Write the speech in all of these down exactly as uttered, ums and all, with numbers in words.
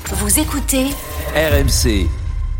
Vous écoutez R M C.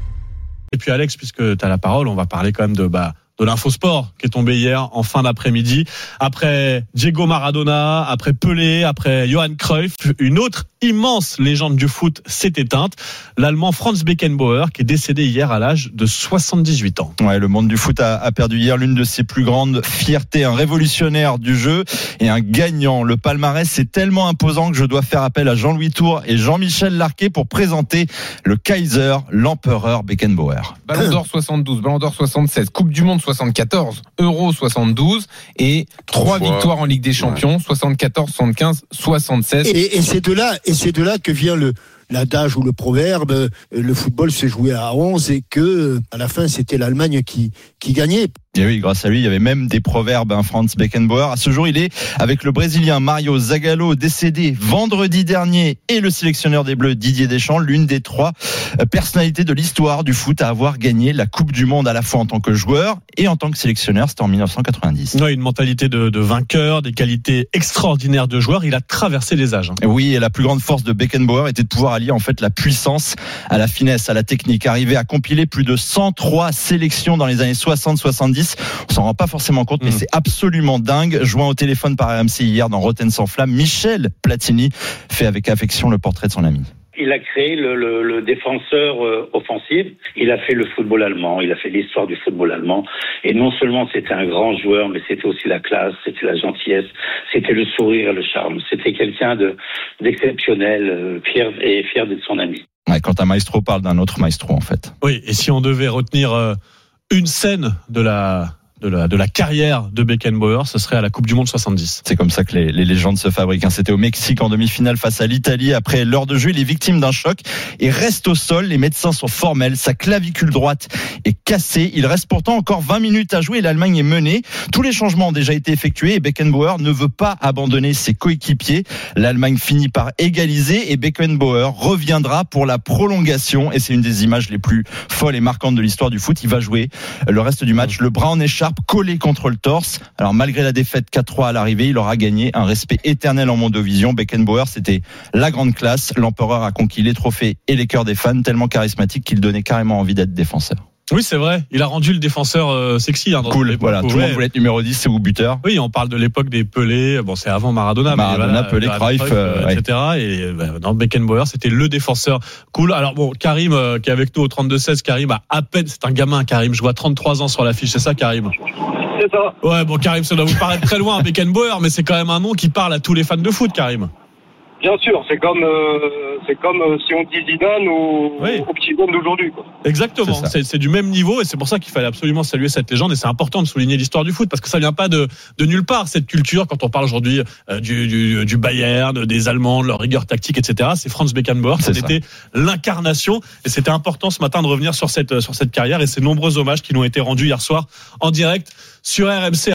Et puis Alex, puisque tu as la parole, on va parler quand même de, bah, de l'infosport qui est tombé hier en fin d'après-midi. Après Diego Maradona, après Pelé, après Johan Cruyff, une autre immense légende du foot s'est éteinte. L'Allemand Franz Beckenbauer, qui est décédé hier à l'âge de soixante-dix-huit ans. Ouais, le monde du foot a, a perdu hier l'une de ses plus grandes fiertés, un révolutionnaire du jeu et un gagnant. Le palmarès est tellement imposant que je dois faire appel à Jean-Louis Tour et Jean-Michel Larquet pour présenter le Kaiser, l'empereur Beckenbauer. Ballon d'or soixante-douze, Ballon d'or soixante-seize, Coupe du Monde soixante-quatorze, Euro soixante-douze et trois victoires en Ligue des Champions, ouais. soixante-quatorze, soixante-quinze, soixante-seize. Et, et c'est de là, et c'est de là que vient le l'adage ou le proverbe, le football se jouait à onze et que à la fin c'était l'Allemagne qui qui gagnait. Et oui, grâce à lui, il y avait même des proverbes, hein, Franz Beckenbauer. À ce jour, il est avec le Brésilien Mario Zagallo, décédé vendredi dernier, et le sélectionneur des Bleus Didier Deschamps, l'une des trois personnalités de l'histoire du foot à avoir gagné la Coupe du Monde à la fois en tant que joueur et en tant que sélectionneur. C'était en dix-neuf cent quatre-vingt-dix. Ouais, une mentalité de, de vainqueur, des qualités extraordinaires de joueur. Il a traversé les âges. Hein. Oui, et la plus grande force de Beckenbauer était de pouvoir allier en fait la puissance à la finesse, à la technique. Arriver à compiler plus de cent trois sélections dans les années soixante soixante-dix. On s'en rend pas forcément compte, mais mmh. c'est absolument dingue. Joint au téléphone par R M C hier dans Rotten sans flamme, Michel Platini fait avec affection le portrait de son ami. Il a créé le, le, le défenseur euh, offensif. Il a fait le football allemand. Il a fait l'histoire du football allemand. Et non seulement c'était un grand joueur, mais c'était aussi la classe, c'était la gentillesse, c'était le sourire, le charme. C'était quelqu'un de, d'exceptionnel, euh, fier et fier d'être son ami. Ouais, quand un maestro parle d'un autre maestro, en fait. Oui, et si on devait retenir euh, une scène de la... De la, de la carrière de Beckenbauer, ce serait à la Coupe du Monde soixante-dix. C'est comme ça que les, les légendes se fabriquent. C'était au Mexique en demi-finale face à l'Italie. Après l'heure de jeu, il est victime d'un choc et reste au sol. Les médecins sont formels. Sa clavicule droite est cassée. Il reste pourtant encore vingt minutes à jouer et l'Allemagne est menée. Tous les changements ont déjà été effectués et Beckenbauer ne veut pas abandonner ses coéquipiers. L'Allemagne finit par égaliser et Beckenbauer reviendra pour la prolongation. Et c'est une des images les plus folles et marquantes de l'histoire du foot. Il va jouer le reste du match, le bras en écharpe, collé contre le torse. Alors malgré la défaite quatre trois à l'arrivée, il aura gagné un respect éternel en Mondovision. Beckenbauer, c'était la grande classe. L'empereur a conquis les trophées et les cœurs des fans, tellement charismatique qu'il donnait carrément envie d'être défenseur. Oui, c'est vrai. Il a rendu le défenseur euh, sexy. Hein, dans cool, voilà. Tout le monde voulait être numéro dix ou buteur. Oui, on parle de l'époque des Pelé. Bon, c'est avant Maradona. Maradona, mais Pelé, voilà, Cruyff, Cruyff euh, et cetera. Ouais. Et bah, dans Beckenbauer, c'était le défenseur cool. Alors bon, Karim, euh, qui est avec nous au trente-deux seize, Karim a à peine, c'est un gamin, Karim. Je vois trente-trois ans sur l'affiche. C'est ça, Karim? C'est ça. Ouais, bon, Karim, ça doit vous paraître très loin, Beckenbauer, mais c'est quand même un nom qui parle à tous les fans de foot, Karim. Bien sûr, c'est comme euh, c'est comme euh, si on dit Zidane au, oui. au petit homme d'aujourd'hui, quoi. Exactement, c'est, c'est, c'est du même niveau et c'est pour ça qu'il fallait absolument saluer cette légende et c'est important de souligner l'histoire du foot parce que ça vient pas de de nulle part cette culture quand on parle aujourd'hui euh, du, du du Bayern, des Allemands, de leur rigueur tactique, et cetera. C'est Franz Beckenbauer, c'était l'incarnation et c'était important ce matin de revenir sur cette sur cette carrière et ces nombreux hommages qui lui ont été rendus hier soir en direct sur R M C.